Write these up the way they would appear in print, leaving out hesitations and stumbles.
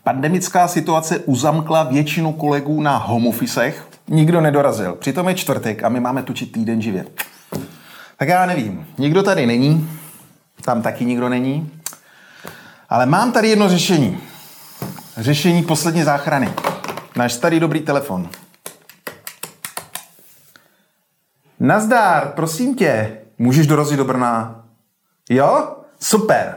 Pandemická situace uzamkla většinu kolegů na home officech. Nikdo nedorazil. Přitom je čtvrtek a my máme točit týden živě. Tak já nevím. Nikdo tady není. Tam taky nikdo není. Ale mám tady jedno řešení. Řešení poslední záchrany. Náš starý dobrý telefon. Nazdar, prosím tě. Můžeš dorazit do Brna? Jo? Super.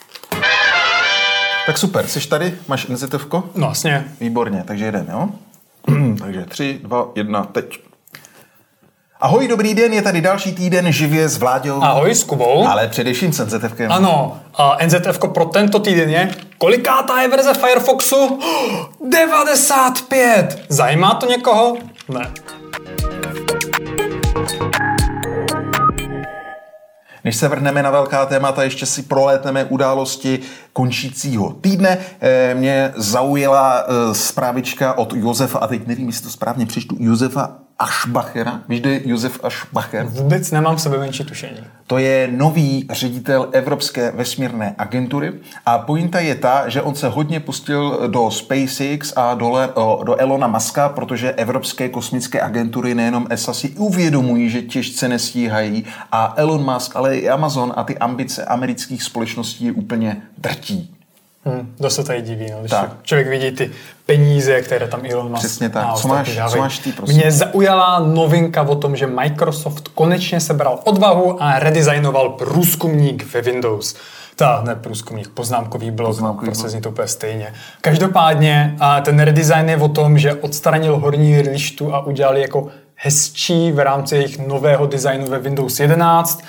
Tak super, jsi tady? Máš NZF-ko? No jasně. Výborně, takže jedem, jo? Takže 3, 2, 1, teď. Ahoj, dobrý den, je tady další týden živě s Vláďou. Ahoj, s Kubou. Ale především s NZF-kem. Ano, a NZF-ko pro tento týden je... Kolikátá je verze Firefoxu? 95! Zajímá to někoho? Ne. Než se vrhneme na velká témata, ještě si prolétneme události končícího týdne. Mě zaujala zprávička od Josefa, a teď nevím, jestli to správně přečtu, Josefa Aschbachera. Víš, kdo je Josef Aschbacher? Vůbec nemám sebemenší tušení. To je nový ředitel Evropské vesmírné agentury a pointa je ta, že on se hodně pustil do SpaceX a do Elona Muska, protože evropské kosmické agentury, nejenom ESA, si uvědomují, že těžce nestíhají a Elon Musk, ale i Amazon a ty ambice amerických společností je úplně drtí. Dost se tady diví, no, když člověk vidí ty peníze, které tam Elon Musk. Přesně tak. Co máš ty, prosím? Mě zaujala novinka o tom, že Microsoft konečně sebral odvahu a redesignoval průzkumník ve Windows. Ne průzkumník, poznámkový blok, prostě zní to úplně stejně. Každopádně ten redesign je o tom, že odstranil horní lištu a udělali jako hezčí v rámci jejich nového designu ve Windows 11.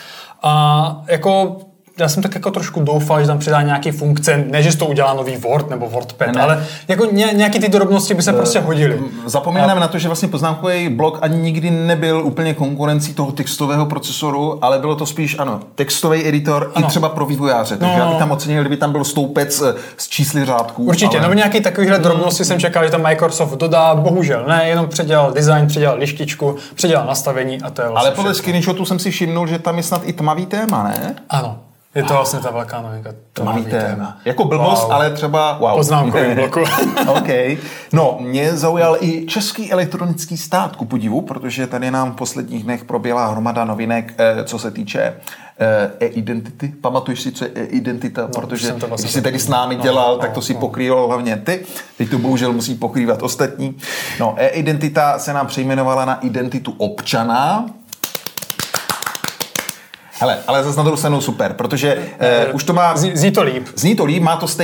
A jako... Já jsem tak jako trošku doufal, že tam přidá nějaký funkce, ne, že to udělá nový Word nebo WordPad, ale jako nějaký ty drobnosti by se prostě hodily. Zapomínáme na to, že vlastně poznámkový blok ani nikdy nebyl úplně konkurencí toho textového procesoru, ale bylo to spíš, textový editor i třeba pro vývojáře. Takže já bych tam ocenil, kdyby tam byl stoupec s čísly řádků. Určitě, nebo nějaký takovýhle drobnosti jsem čekal, že tam Microsoft dodá, bohužel ne, jenom předělal design, předělal lištičku, předělal nastavení a to je vlastně. Ale podle screenshotu jsem si všimnul, že tam je snad i tmavý téma, ne? Ano. Je to vlastně ta velká novinka. Tmavý téma. Jako blbost, ale třeba poznámkový bloku. OK. No, mě zaujal i český elektronický stát, ku podivu, protože tady nám v posledních dnech proběhla hromada novinek, co se týče e-identity. Pamatuješ si, co je e-identita? Protože když jsi tady s námi dělal, tak to si pokrýval hlavně ty. Teď to bohužel musí pokrývat ostatní. No, e-identita se nám přejmenovala na identitu občana. Hele, ale zase na druhou stranu super, protože už to má... Zní to líp. Zní to líp, má to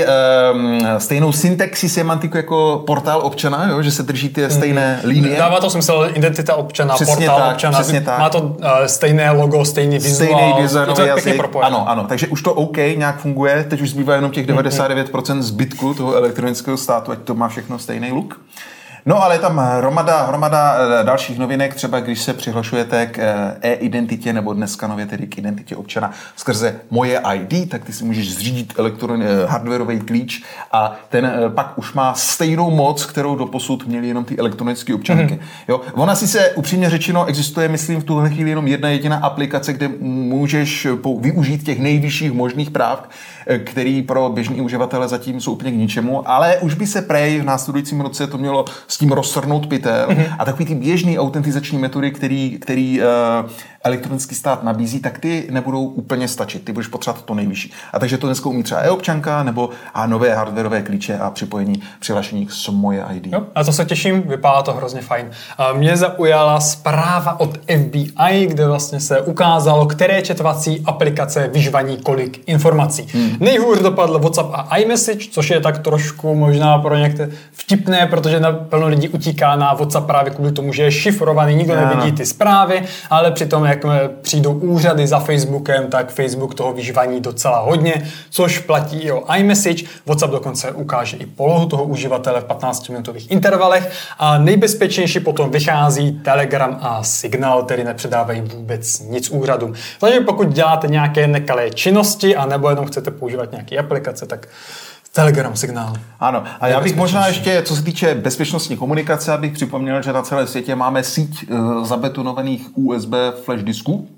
stejnou syntaxi, semantiku jako portál občana, jo? Že se drží ty stejné linie. Dává to smysl, identita občana, přesně portál tak, občana. Přesně tak. Má to stejné logo, stejný vizuál. Stejný designový jazyk. Ano, takže už to OK, nějak funguje. Teď už zbývá jenom těch 99% zbytku toho elektronického státu, ať to má všechno stejný look. No, ale je tam hromada dalších novinek, třeba když se přihlašujete k e-identitě nebo dneska nově tedy k identitě občana skrze Moje ID, tak ty si můžeš zřídit hardwarový klíč a ten pak už má stejnou moc, kterou doposud měli jenom ty elektronické občanky. Jo? Ona si se upřímně řečeno existuje, myslím, v tuhle chvíli jenom jedna jediná aplikace, kde můžeš využít těch nejvyšších možných práv, který pro běžný uživatele zatím jsou úplně k ničemu, ale už by se prej v následujícím roce to mělo s tím rozsrnout pytel a takový ty běžný autentizační metody, který elektronický stát nabízí, tak ty nebudou úplně stačit. Ty budeš potřebovat to nejvyšší. A takže to dneska umí třeba e-občanka nebo nové hardwareové klíče a připojení přihlašení s Moje ID. Jo, a to se těším, vypadá to hrozně fajn. Mě zaujala zpráva od FBI, kde vlastně se ukázalo, které četovací aplikace vyžvaní kolik informací. Nejhůř dopadl WhatsApp a iMessage, což je tak trošku možná pro některé vtipné, protože plno lidí utíká na WhatsApp právě kvůli tomu, že je šifrovaný, nikdo nevidí ty zprávy, ale přitom, jak přijdou úřady za Facebookem, tak Facebook toho vyžvaní docela hodně, což platí i o iMessage. WhatsApp dokonce ukáže i polohu toho uživatele v 15-minutových intervalech a nejbezpečnější potom vychází Telegram a Signal, který nepředávají vůbec nic úřadům. Takže pokud děláte nějaké nekalé činnosti a nebo jenom chcete používat nějaké aplikace, tak Telegram, Signál. Ano, a já bych možná ještě, co se týče bezpečnostní komunikace, abych připomněl, že na celém světě máme síť zabetonovaných USB flash disků.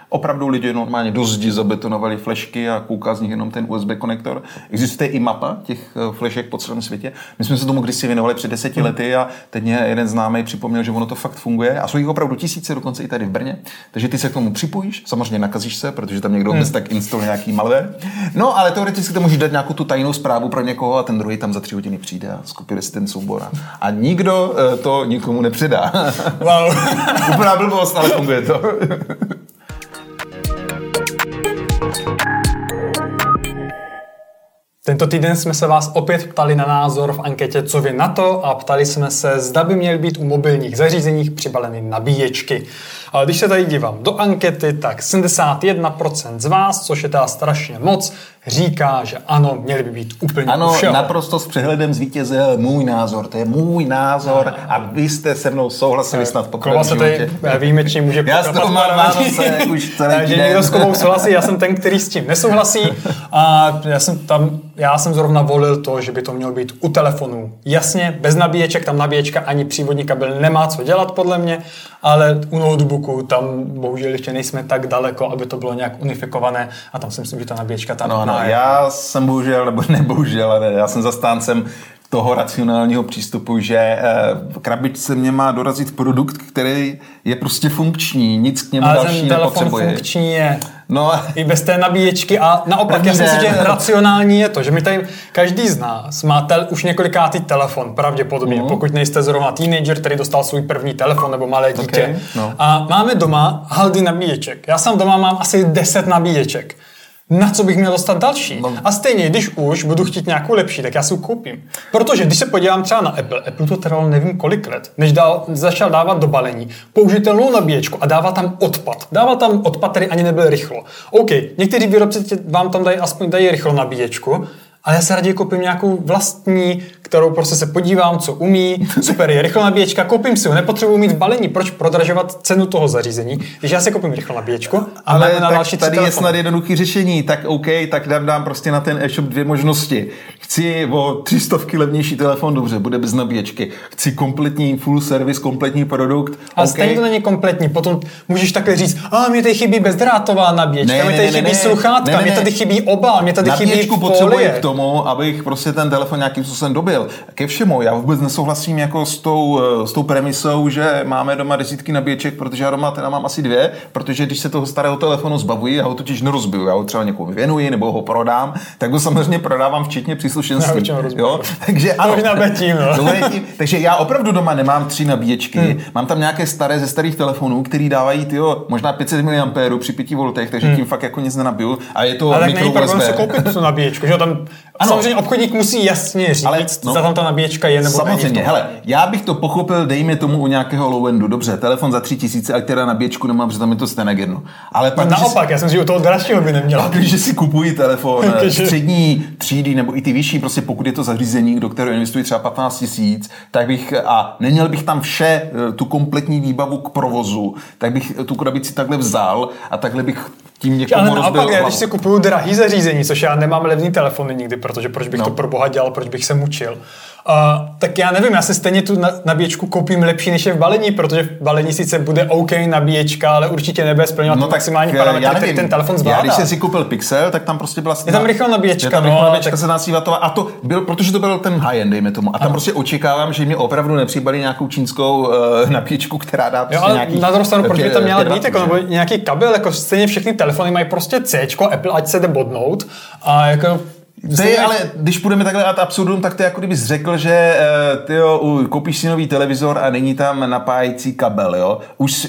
Opravdu lidi normálně do zdi zabetonovali flešky a kouká z nich jenom ten USB konektor. Existuje i mapa těch flešek po celém světě. My jsme se tomu kdysi věnovali před 10 lety a teď mě jeden známý připomněl, že ono to fakt funguje a jsou jich opravdu tisíce, dokonce i tady v Brně. Takže ty se k tomu připojíš, samozřejmě nakazíš se, protože tam někdo bez tak instaluje nějaký malware. No, ale teoreticky to můžeš dát nějakou tu tajnou zprávu pro někoho a ten druhý tam za 3 hodiny přijde a skopíruje si ten soubor. A nikdo to nikomu nepředá. Wow. Úplná blbost, ale funguje to. Tento týden jsme se vás opět ptali na názor v anketě Co vy na to a ptali jsme se, zda by měly být u mobilních zařízeních přibaleny nabíječky. Ale když se tady dívám do ankety, tak 71% z vás, což je teda strašně moc, říká, že ano, měly by být úplně ano, u všeho. naprosto s přehledem zvítězil můj názor. To je můj názor a vy jste se mnou souhlasili snad poprvé v životě. Výjimečně může já s toho mám Vánoce už celý týden. Že někdo s Kubou souhlasí, já jsem ten, který s tím nesouhlasí a já jsem zrovna volil to, že by to mělo být u telefonů. Jasně, bez nabíječek, tam nabíječka ani přívodní kabel nemá co dělat podle mě, ale u notebooku tam bohužel ještě nejsme tak daleko, aby to bylo nějak unifikované a tam si myslím, že ta nabíječka tam No, já jsem bohužel, nebo nebohužel, ale já jsem zastáncem toho racionálního přístupu, že v krabičce mě má dorazit produkt, který je prostě funkční, nic k němu další nepotřebuje. Ale ten telefon funkční je. No. I bez té nabíječky a naopak, já si myslím, že racionální je to, že my tady, každý z nás má už několikátý telefon, pravděpodobně, pokud nejste zrovna teenager, který dostal svůj první telefon nebo malé dítě. Okay, no. A máme doma haldy nabíječek. Já sám doma mám asi 10 nabíječek. Na co bych měl dostat další? No. A stejně, když už budu chtít nějakou lepší, tak já si ji koupím. Protože když se podívám třeba na Apple to trvalo nevím kolik let, než začal dávat do balení použitelnou nabíječku a dává tam odpad. Dával tam odpad, který ani nebyl rychlo. OK, někteří výrobci vám tam dají rychlo nabíječku, ale já se raději koupím nějakou vlastní, kterou prostě se podívám, co umí, super, je rychlá nabíječka, koupím si ho, nepotřebuji mít v balení, proč prodražovat cenu toho zařízení, když já si koupím rychlou nabíječku a ale na tak tady je snad jednoduchý řešení, tak OK, tak dám prostě na ten e-shop 2 možnosti. Chci o 300 levnější telefon, dobře, bude bez nabíječky. Chci kompletní full service, kompletní produkt. A okay. Stejně to není kompletní, potom můžeš takhle říct, mě tady chybí bezdrátová nabíječka, mě tady chybí sluchátka, mě tady chybí obal, mě tady chybí folie. K tomu, abych prostě ten telefon nějakým způsobem dobil. Ke všemu, já vůbec nesouhlasím jako s tou premisou, že máme doma desítky nabíječek, protože já doma teda mám asi 2, protože když se toho starého telefonu zbavuji, já ho totiž nerozbiju, já ho třeba někomu věnuji nebo ho prodám, tak ho samozřejmě prodávám včetně příslušenství. Jo? Takže ano. Takže já opravdu doma nemám 3 nabíječky, mám tam nějaké staré ze starých telefonů, který dávají možná 500 mAh při 5 V, takže tím fakt jako nic nenabiju. A je to ale není problém si koupit tu nabíječku, že tam samozřejmě obchodník musí jasně říct, zda tam ta nabíječka je nebo samozřejmě, není. Hele, já bych to pochopil, dejme tomu u nějakého low-endu. Dobře, telefon za 3000, ale teda nabíječku nemám, protože tam je to stejně jedno. Ale pak, naopak, já jsem si, že u toho dražšího by neměla. Když si kupují telefon střední třídy nebo i ty vyšší, prostě pokud je to zařízení, do kterého investují třeba 15 000, tak bych, a neměl bych tam vše, tu kompletní výbavu k provozu, tak bych tu krabici takhle vzal a takhle bych tím někomu rozbil. Ale když si kupuju drahý zařízení, což já nemám levný telefony nikdy, protože proč bych to pro boha dělal, proč bych se mučil. Tak já nevím, já si stejně tu nabíječku koupím lepší než je v balení, protože v balení sice bude OK nabíječka, ale určitě nebude splňovat maximální parametry, který ten telefon zvládá. Já když jsem si koupil Pixel, tak tam prostě byla je tam rychlá nabíječka, tak 17 W a to byl, protože to byl ten high-end, dejme tomu. A tam prostě očekávám, že mě opravdu nepřibalí nějakou čínskou nabíječku, která dá prostě nějaký. Na druhou stranu, proč by tam měla být jako nebo nějaký kabel, jako stejně všechny telefony mají prostě Cčko, Apple ať se jde bodnout a jako ale když půjdeme takhle ad absurdum, tak to jako kdybys řekl, že koupíš si nový televizor a není tam napájecí kabel, jo.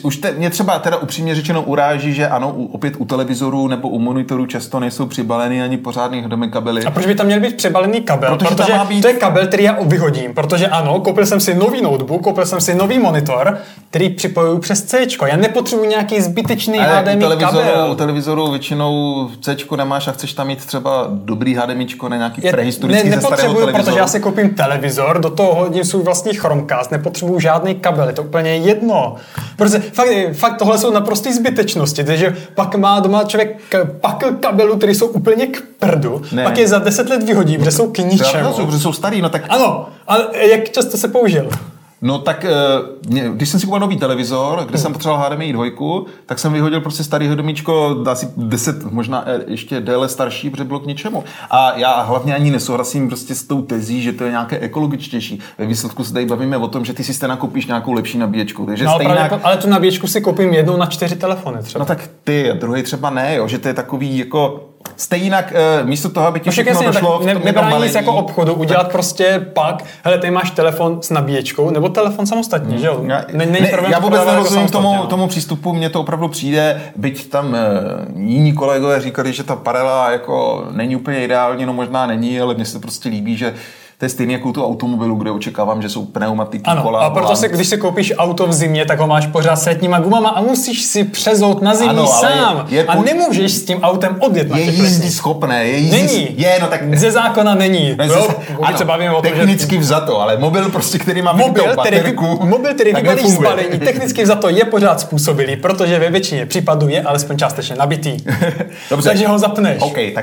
Mě třeba teda upřímně řečeno uráží, že ano, opět u televizorů nebo u monitorů často nejsou přibaleny ani pořádný HDMI kabely. A proč by tam měl být přibalený kabel? Protože tam má být... to je kabel, který já vyhodím, protože ano, koupil jsem si nový notebook, koupil jsem si nový monitor, který připojuju přes Cčko. Já nepotřebuji nějaký zbytečný HDMI kabel. U televizoru většinou Cčko nemáš a chceš tam mít třeba dobrý HDMI na nějaký prehistorický ze starého televizoru. Protože já si koupím televizor, do toho hodím svůj vlastní Chromecast, nepotřebuju žádný kabel, je to úplně jedno. Protože fakt tohle jsou naprosté zbytečnosti, takže pak má doma člověk pakl kabelů, které jsou úplně k prdu, pak je za 10 let vyhodí, protože jsou k ničemu. Protože jsou starý, no tak... Ano, ale jak často se použil? No tak, když jsem si kupoval nový televizor, kde jsem potřeboval HDMI 2, tak jsem vyhodil prostě starý HDMIčko, asi 10, možná ještě déle starší, protože bylo k něčemu. A já hlavně ani nesouhlasím prostě s tou tezí, že to je nějaké ekologičtější. Ve výsledku se tady bavíme o tom, že ty si stejně koupíš nějakou lepší nabíječku. Takže no, stejná... ale tu nabíječku si koupím jednou na 4 telefony třeba. No tak ty, druhý třeba ne, jo, že to je takový jako... Stejnak místo toho, aby ti všechno došlo... Nebrání nic jako obchodu udělat tak prostě pak, hele, tady máš telefon s nabíječkou, nebo telefon samostatně, že jo? Já vůbec nerozumím tomu přístupu, mně to opravdu přijde, byť tam jiní kolegové říkali, že ta paralela jako není úplně ideální, no možná není, ale mně se prostě líbí, že to je stejně jako tu automobilu, kde očekávám, že jsou pneumatiky, kola. A proto když si koupíš auto v zimě, tak ho máš pořád s letníma gumama a musíš si přezout na zimě sám. A nemůžeš s tím autem odjet na těch letních. Je jízdí schopné. Není. No tak... Ze zákona není. Ano, se bavíme o tom, technicky že... vzato, ale mobil prostě, který má baterku. Mobil, který vybalíš z balení, technicky vzato je pořád způsobilý, protože ve většině případů je alespoň částečně nabitý. Dobře. Takže ho zapneš. OK, tak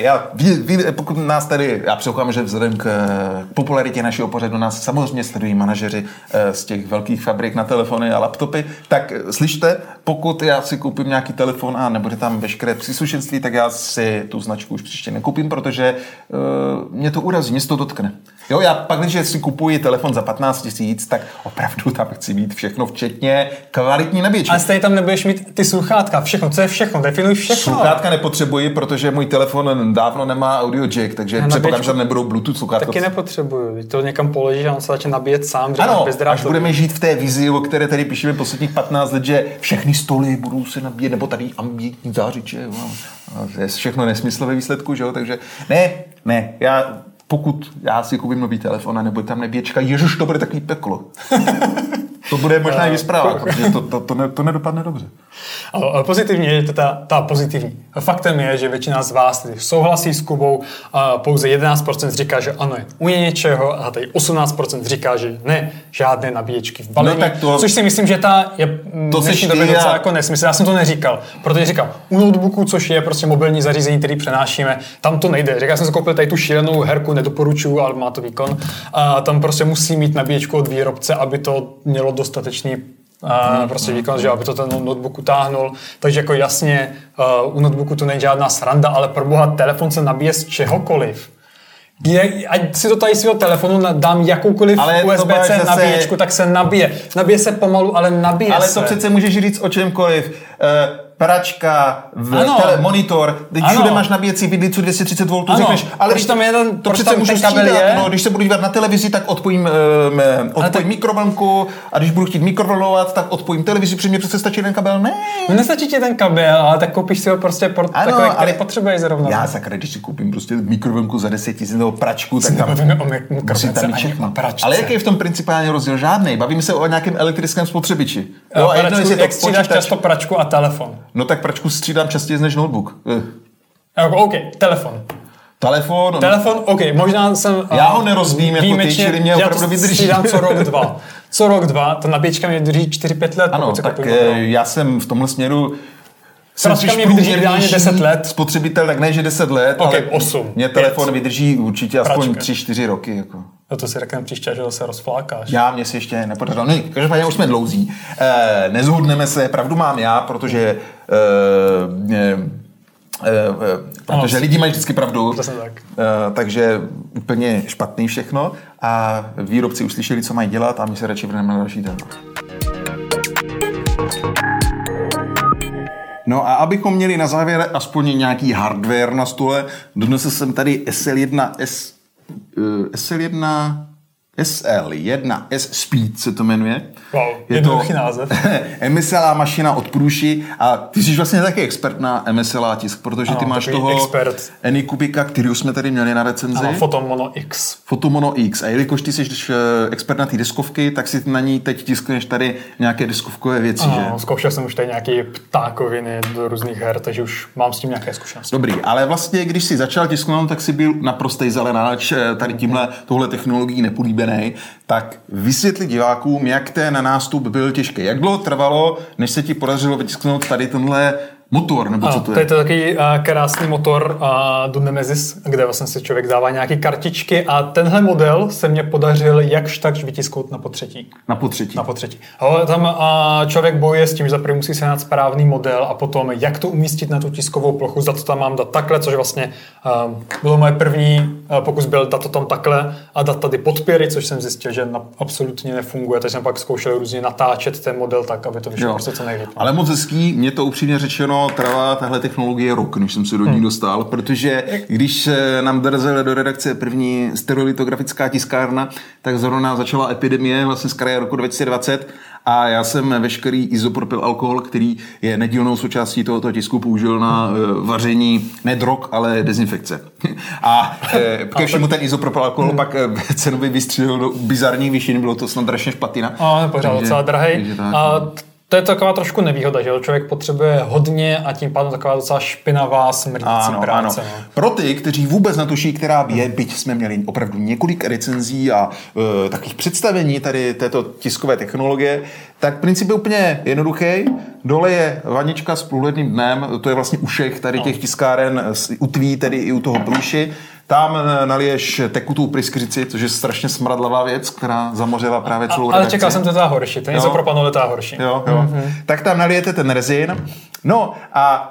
pokud nás tady, já předpokládám, že vzhledem k popularitě našeho pořadu nás samozřejmě sledují manažeři z těch velkých fabrik na telefony a laptopy, tak slyšte, pokud já si koupím nějaký telefon a nebude tam veškeré příslušenství, tak já si tu značku už příště nekoupím, protože mě to urazí, mě se to dotkne. Jo, já pak, když si kupuji telefon za 15 000, tak opravdu tam chci mít všechno, včetně kvalitní nabíječky. A stejně tam nebudeš mít ty sluchátka, všechno, co je všechno, definuj všechno. Sluchátka nepotřebuji, protože můj telefon dávno nemá audio jack, takže předpokládám, že tam nebudou Bluetooth sluchátka. Taky nepotřebuju, to někam položíš a on se začne nabíjet sám. Ano, až budeme žít v té vizi, o které tady píšeme posledních 15 let, že všechny stoly budou se nabíjet, nebo tady ambientní zářiče, to je všechno nesmysl ve výsledku, že jo, takže ne, pokud já si koupím nový telefon a nebude tam nabíječka, ježiš, to bude takový peklo. To bude možná i vyspráva, protože to nedopadne dobře. Ale pozitivně je to ta pozitivní. Faktem je, že většina z vás souhlasí s Kubou a pouze 11% říká, že ano, je u něčeho a tady 18% říká, že ne, žádné nabíječky v balení. No, což si myslím, že je dnešní době docela jako nesmysl. Já jsem to neříkal, protože říkal, u notebooku, což je prostě mobilní zařízení, který přenášíme, tam to nejde. Říkal jsem si koupil tady tu šílenou herku, nedoporučuju, ale má to výkon. A tam prostě musí mít nabíječku od výrobce, aby to mělo dostatečný prostě výkon, že aby to ten notebook utáhnul. Takže jako jasně, u notebooku to není žádná sranda, ale pro boha telefon se nabíje z čehokoliv. Ať si do tady svého telefonu dám jakoukoliv USB-C nabíječku, tak se nabije. Nabije se pomalu, ale nabije se. Ale to přece můžeš říct o čemkoliv. Pračka, monitor, teď všude máš nabíjecí vidlicu 230 V, řekneš, ale když tam jeden, to přece můžu střídat, no, když se budu dívat na televizi, tak odpojím mikrovlnku a když budu chtít mikrovlnovat, tak odpojím televizi, protože mě přece stačí ten kabel, ne. No nestačí ti ten kabel, ale tak koupíš si ho prostě takový, který potřebuješ zrovna. Já sakra, když si koupím prostě mikrovlnku za 10 000 nebo pračku, tak tam musím tam mít všechno. Ale jaký je v tom principálně rozdíl? Žádnej. Bavíme se o nějakém elektrickém spotřebiči. Jak střídáš často pračku a telefon? No tak pračku střídám častěji než notebook. OK, telefon, OK, možná jsem... Já ho nerozvím jako ty, čili mě opravdu vydrží. Střídám co rok, dva, ta nabíječka mě drží 4-5 let. Ano, tak já jsem v tomhle směru... Pračka mě vydrží ideálně 10 let. Spotřebitel, tak ne, že 10 let, ale 8. Mě telefon vydrží určitě aspoň 3-4 roky. Jako. No to si řekneme příště, že se rozflákáš. Mě si ještě nepodařilo. No, každopádně už jsme dlouzí. Nezhodneme se, pravdu mám já, protože lidi mají vždycky pravdu. Takže úplně špatný všechno. A výrobci už slyšeli, co mají dělat a my se radši vrhneme na další téma. No a abychom měli na závěr aspoň nějaký hardware na stole, donesl jsem tady SL1S Speed se to jmenuje. Wow, jednoduchý název. MSLA mašina od Prushi a ty jsi vlastně taky expert na MSLA tisk, protože ty máš toho Anycubika, který jsme tady měli na recenzi. Ano, Photomono X. Photomono X. A jelikož ty jsi expert na ty deskovky, tak si na ní teď tiskneš tady nějaké deskovkové věci, ano, že? Zkoušel jsem už tady nějaké ptákoviny do různých her, takže už mám s tím nějaké zkušenosti. Dobrý, ale vlastně, když jsi začal tisknout, tak si byl naprostej zelenáč tady tohle technologií nepolíbený, tak vysvětli divákům, jak ten nástup byl těžký. Jak dlouho trvalo, než se ti podařilo vytisknout tady tenhle motor, nebo co to je? To je to takový krásný motor do Nemesis, kde vlastně si člověk dává nějaké kartičky a tenhle model se mě podařil jakž takž vytisknout na potřetí. Na potřetí. Ale tam člověk bojuje s tím, že za první musí sehnat správný model a potom jak to umístit na tu tiskovou plochu, za to tam mám dát takhle, což vlastně bylo moje první pokus byl dát to tam takhle a dát tady podpěry, což jsem zjistil, že absolutně nefunguje, takže jsem pak zkoušel různě natáčet ten model tak, aby to vyšlo prostě co nejlíp. Ale moc hezký, mě to upřímně řečeno trvá tahle technologie rok, než jsem se do ní dostal, protože když nám dorazila do redakce první stereolitografická tiskárna, tak zrovna začala epidemie vlastně z kraje roku 2020 a já jsem veškerý izopropyl alkohol, který je nedílnou součástí tohoto tisku, použil na vaření ne drog, ale dezinfekce. A ke všemu ten izopropyl alkohol pak cenově vystřelil do bizarních výšin, bylo to snad dražně než platina. Pořád docela drahej. To je taková trošku nevýhoda, že člověk potřebuje hodně a tím pádem taková docela špinavá, smrdící práce. Ano. Pro ty, kteří vůbec netuší, která je, byť jsme měli opravdu několik recenzí a takových představení tady této tiskové technologie, tak princip je úplně jednoduchý. Dole je vanička s průhledným dnem, to je vlastně u všech tady těch tiskáren utví, tedy i u toho průši. Tam naliješ tekutou pryskyřici, což je strašně smradlavá věc, která zamořila právě celou redakci. Ale čekal jsem, to je horší, to něco propadlo, je horší. Jo. Tak tam nalijete ten rezin. No a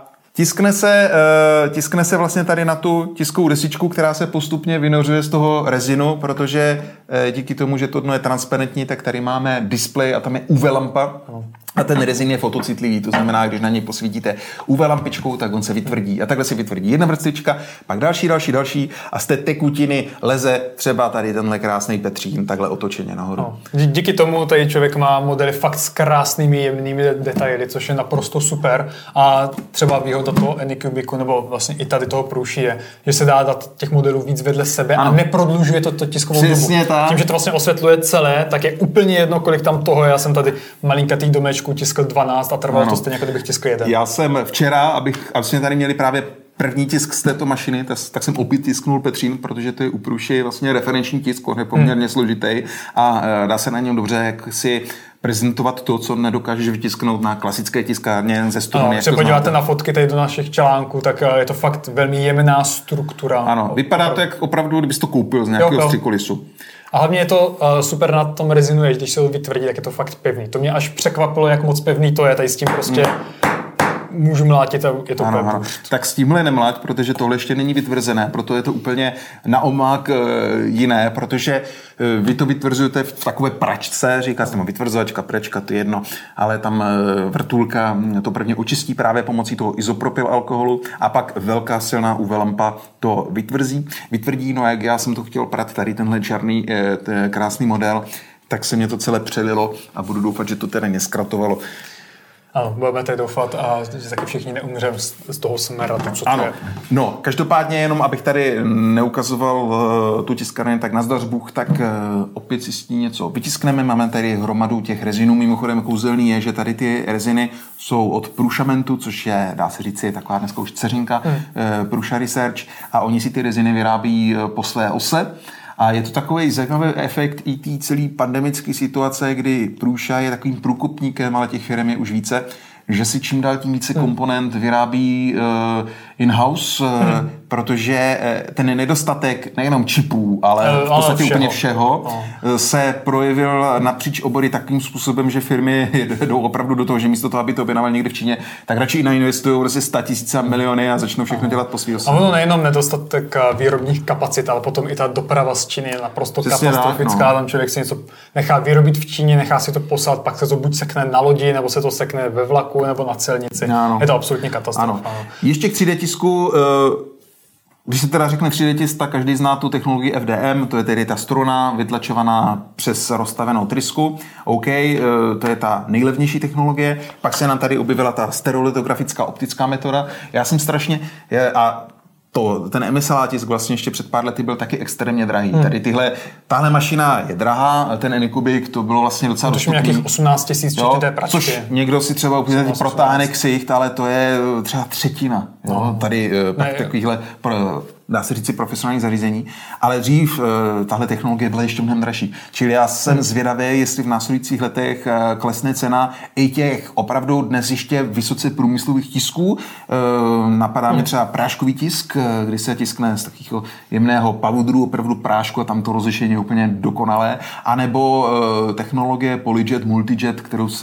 tiskne se vlastně tady na tu tiskovou desičku, která se postupně vynořuje z toho rezinu, protože díky tomu, že to dno je transparentní, tak tady máme displej a tam je UV lampa. A ten rezin je fotocitlivý, to znamená, když na něj posvítíte UV lampičkou, tak on se vytvrdí. A takhle se vytvrdí jedna vrstvička, pak další a z té tekutiny leze třeba tady tenhle krásný petřín takhle otočeně nahoru. Díky tomu tady člověk má modely fakt s krásnými jemnými detaily, což je naprosto super. A třeba výhoda toho Anycubicu, nebo vlastně i tady toho průší je, že se dá dát těch modelů víc vedle sebe a neprodlužuje to tiskovou dobu. Tak. Tím, že to vlastně osvětluje celé, tak je úplně jedno, kolik tam toho. Já jsem tady malinkatý domečku tiskl 12 a trvalo to stejně, jako kdybych tiskl 1. Já jsem včera, aby tady měli právě první tisk z této mašiny, tak jsem opět tisknul Petřín, protože to je u průši vlastně referenční tisk, on je poměrně složitý a dá se na něm dobře jak si prezentovat to, co nedokážeš vytisknout na klasické tiskárně ze strany. Když se podíváte na fotky tady do našich článků, tak je to fakt velmi jemná struktura. Ano, vypadá to jak opravdu, kdybys to koupil z nějakého střikolisu. A hlavně je to super na tom rezinu, když se to vytvrdí, tak je to fakt pevný. To mě až překvapilo, jak moc pevný to je. Tady s tím prostě můžu mlátit a je to ano. Tak s tímhle nemláť, protože tohle ještě není vytvrzené, proto je to úplně naopak jiné, protože vy to vytvrzujete v takové pračce, říká se tomu vytvrzovačka, prečka, to je jedno, ale tam vrtulka to prvně očistí právě pomocí toho izopropyl alkoholu a pak velká silná UV lampa to vytvrdí, no jak já jsem to chtěl prat, tady tenhle černý krásný model, tak se mě to celé přelilo a budu doufat, že to teda neskratovalo. Ano, budeme tady doufat a že taky všichni neumřeme z toho smradu, co ano. to je. No, každopádně jenom, abych tady neukazoval tu tiskárnu, tak nazdar Bůh, tak opět si s ní něco vytiskneme. Máme tady hromadu těch rezinů. Mimochodem kouzelný je, že tady ty reziny jsou od Prushamentu, což je, dá se říct, je taková dneska už dceřinka Prusha Research a oni si ty reziny vyrábí po své ose. A je to takový zajímavý efekt i té celé pandemické situace, kdy Prusa je takovým průkopníkem, ale těch firm je už více, že si čím dál tím více komponent vyrábí in-house, protože ten nedostatek nejenom čipů, ale v podstatě úplně všeho se projevil napříč obory takovým způsobem, že firmy jdou opravdu do toho, že místo toho, aby to objednávali někde v Číně, tak radši nainvestují prostě 100 000 miliony a začnou všechno dělat po svým. A ono nejenom nedostatek výrobních kapacit, ale potom i ta doprava z Číny je naprosto katastrofická. Tam člověk si něco nechá vyrobit v Číně, nechá si to poslat, pak se to buď sekne na lodi, nebo se to sekne ve vlaku, nebo na celnici. Ano. Je to absolutně katastrofa. Ještě k 3D tisku, když se teda řekne 3D tisk, tak každý zná tu technologii FDM, to je tedy ta struna vytlačovaná přes rozstavenou trysku. OK, to je ta nejlevnější technologie. Pak se nám tady objevila ta stereolitografická optická metoda. Já jsem strašně... Ten MSLA tisk vlastně ještě před pár lety byl taky extrémně drahý. Tady tyhle Tahle mašina je drahá, ten Anycubic, to bylo vlastně docela dostupný. To nějakých 18 000 včetně té pračky. Což někdo si třeba úplně protáhne ksicht, ale to je třeba třetina. Jo? Tady pak takovýhle, dá se říct, profesionální zařízení, ale dřív tahle technologie byla ještě mnohem dražší. Čili já jsem zvědavý, jestli v následujících letech klesne cena i těch opravdu dnes ještě vysoce průmyslových tisků. Napadá mě třeba práškový tisk, kdy se tiskne z takového jemného pavudru, opravdu prášku a tam to rozlišení je úplně dokonalé. A nebo technologie PolyJet, Multijet,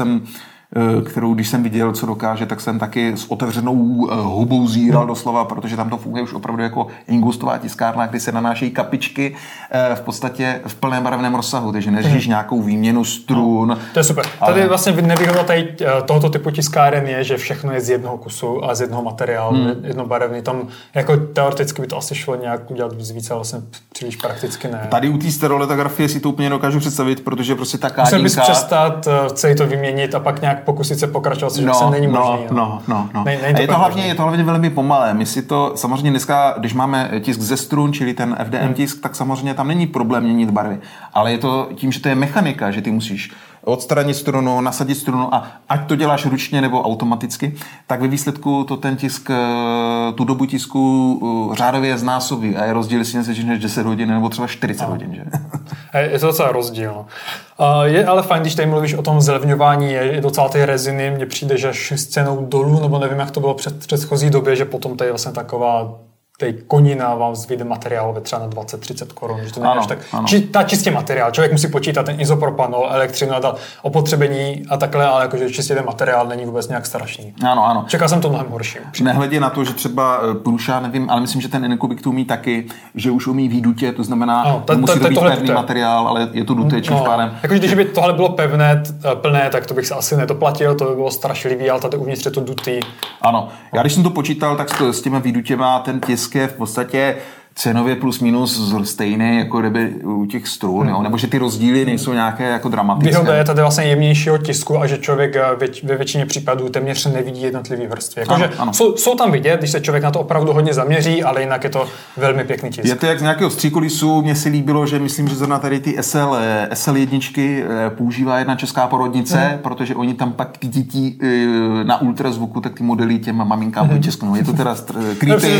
kterou když jsem viděl, co dokáže, tak jsem taky s otevřenou hubou zíral doslova, protože tam to funguje už opravdu jako ingustová tiskárna, kdy se nanášejí kapičky v podstatě v plném barevném rozsahu, takže neřešíš nějakou výměnu strun. No, to je super. Tady vlastně nevýhoda tady tohoto typu tiskáren je, že všechno je z jednoho kusu a z jednoho materiálu, jednobarevný. Tam jako teoreticky by to asi šlo nějak udělat víc, ale vlastně příliš prakticky ne. Tady u té stereolitografie si to úplně dokážu představit, protože prostě ta kádinka... Musel bys přestat celý to vyměnit a pak nějak pokusit se pokračovat, což se není možný. Je to hlavně velmi pomalé. My si to samozřejmě dneska, když máme tisk ze strun, čili ten FDM tisk, tak samozřejmě tam není problém měnit barvy. Ale je to tím, že to je mechanika, že ty musíš odstranit strunu, nasadit strunu a ať to děláš ručně nebo automaticky, tak ve výsledku to ten tisk, tu dobu tisku řádově znásobí a je rozdíl, jestli než 10 hodin nebo třeba 40 hodin. Že? Je to docela rozdíl. Je ale fajn, když tady mluvíš o tom zlevňování, je docela ty reziny, mně přijde, že s cenou dolů, nebo nevím, jak to bylo před předchozí době, že potom to je vlastně taková konina vám vyjde materiálově třeba na 20-30 korun, že to není až tak. Ta čistě materiál, člověk musí počítat ten izopropanol, elektřinu a opotřebení a takhle, ale jakože čistě ten materiál není vůbec nějak strašný. Ano. Čekal jsem to mnohem horší. Nehledě na to, že třeba Prusa, nevím, ale myslím, že ten Anycubic to umí taky, že už umí výdutě, to znamená, musí to být pevný materiál, ale je to duté, čím pádem. Jakože když by tohle bylo plné, tak to bych se asi nedoplatil, to by bylo strašlivý, ale tady uvnitř je to dutý. Ano, já když jsem to počítal, tak s těmi výdutěma ten tisk je v podstatě cenově plus minus stejný, jako kdyby u těch strun, nebo že ty rozdíly nejsou nějaké jako dramatické. Výhoda je tady vlastně jemnějšího tisku a že člověk ve většině případů téměř nevidí jednotlivý vrstvy. Jakože jsou tam vidět, když se člověk na to opravdu hodně zaměří, ale jinak je to velmi pěkný tisk. Je to jak z nějakého stříkolisu, mně se líbilo, že myslím, že zrovna tady ty SL1 používá jedna česká porodnice, protože oni tam pak ty děti na ultrazvuku, tak ty modely těm maminkám vyčesknou. Je to teda creepy,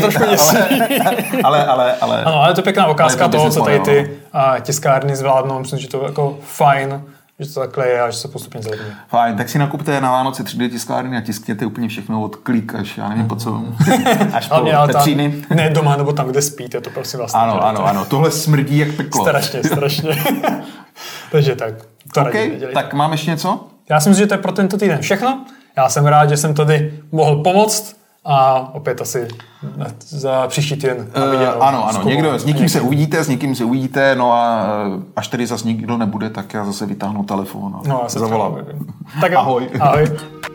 ale ano, ale to je pěkná ukázka toho, co tady ty tiskárny zvládnou. Myslím, že to je jako fajn, že to takhle je a že se postupně zlevní. Fajn, tak si nakupte na Vánoce 3D tiskárny a tiskněte úplně všechno od klík až, já nevím po co, až po Petříny. Ne doma, nebo tam, kde spíte, to prosím vás. Ano, tohle smrdí jak peklo. Strašně. Takže tak. Tak máme ještě něco? Já si myslím, že to je pro tento týden všechno. Já jsem rád, že jsem tady mohl pomoct. A opět asi za příští týden. Ano, s někým se uvidíte, no a až tady zase nikdo nebude, tak já zase vytáhnu telefon a zavolám. Tak ahoj. Ahoj.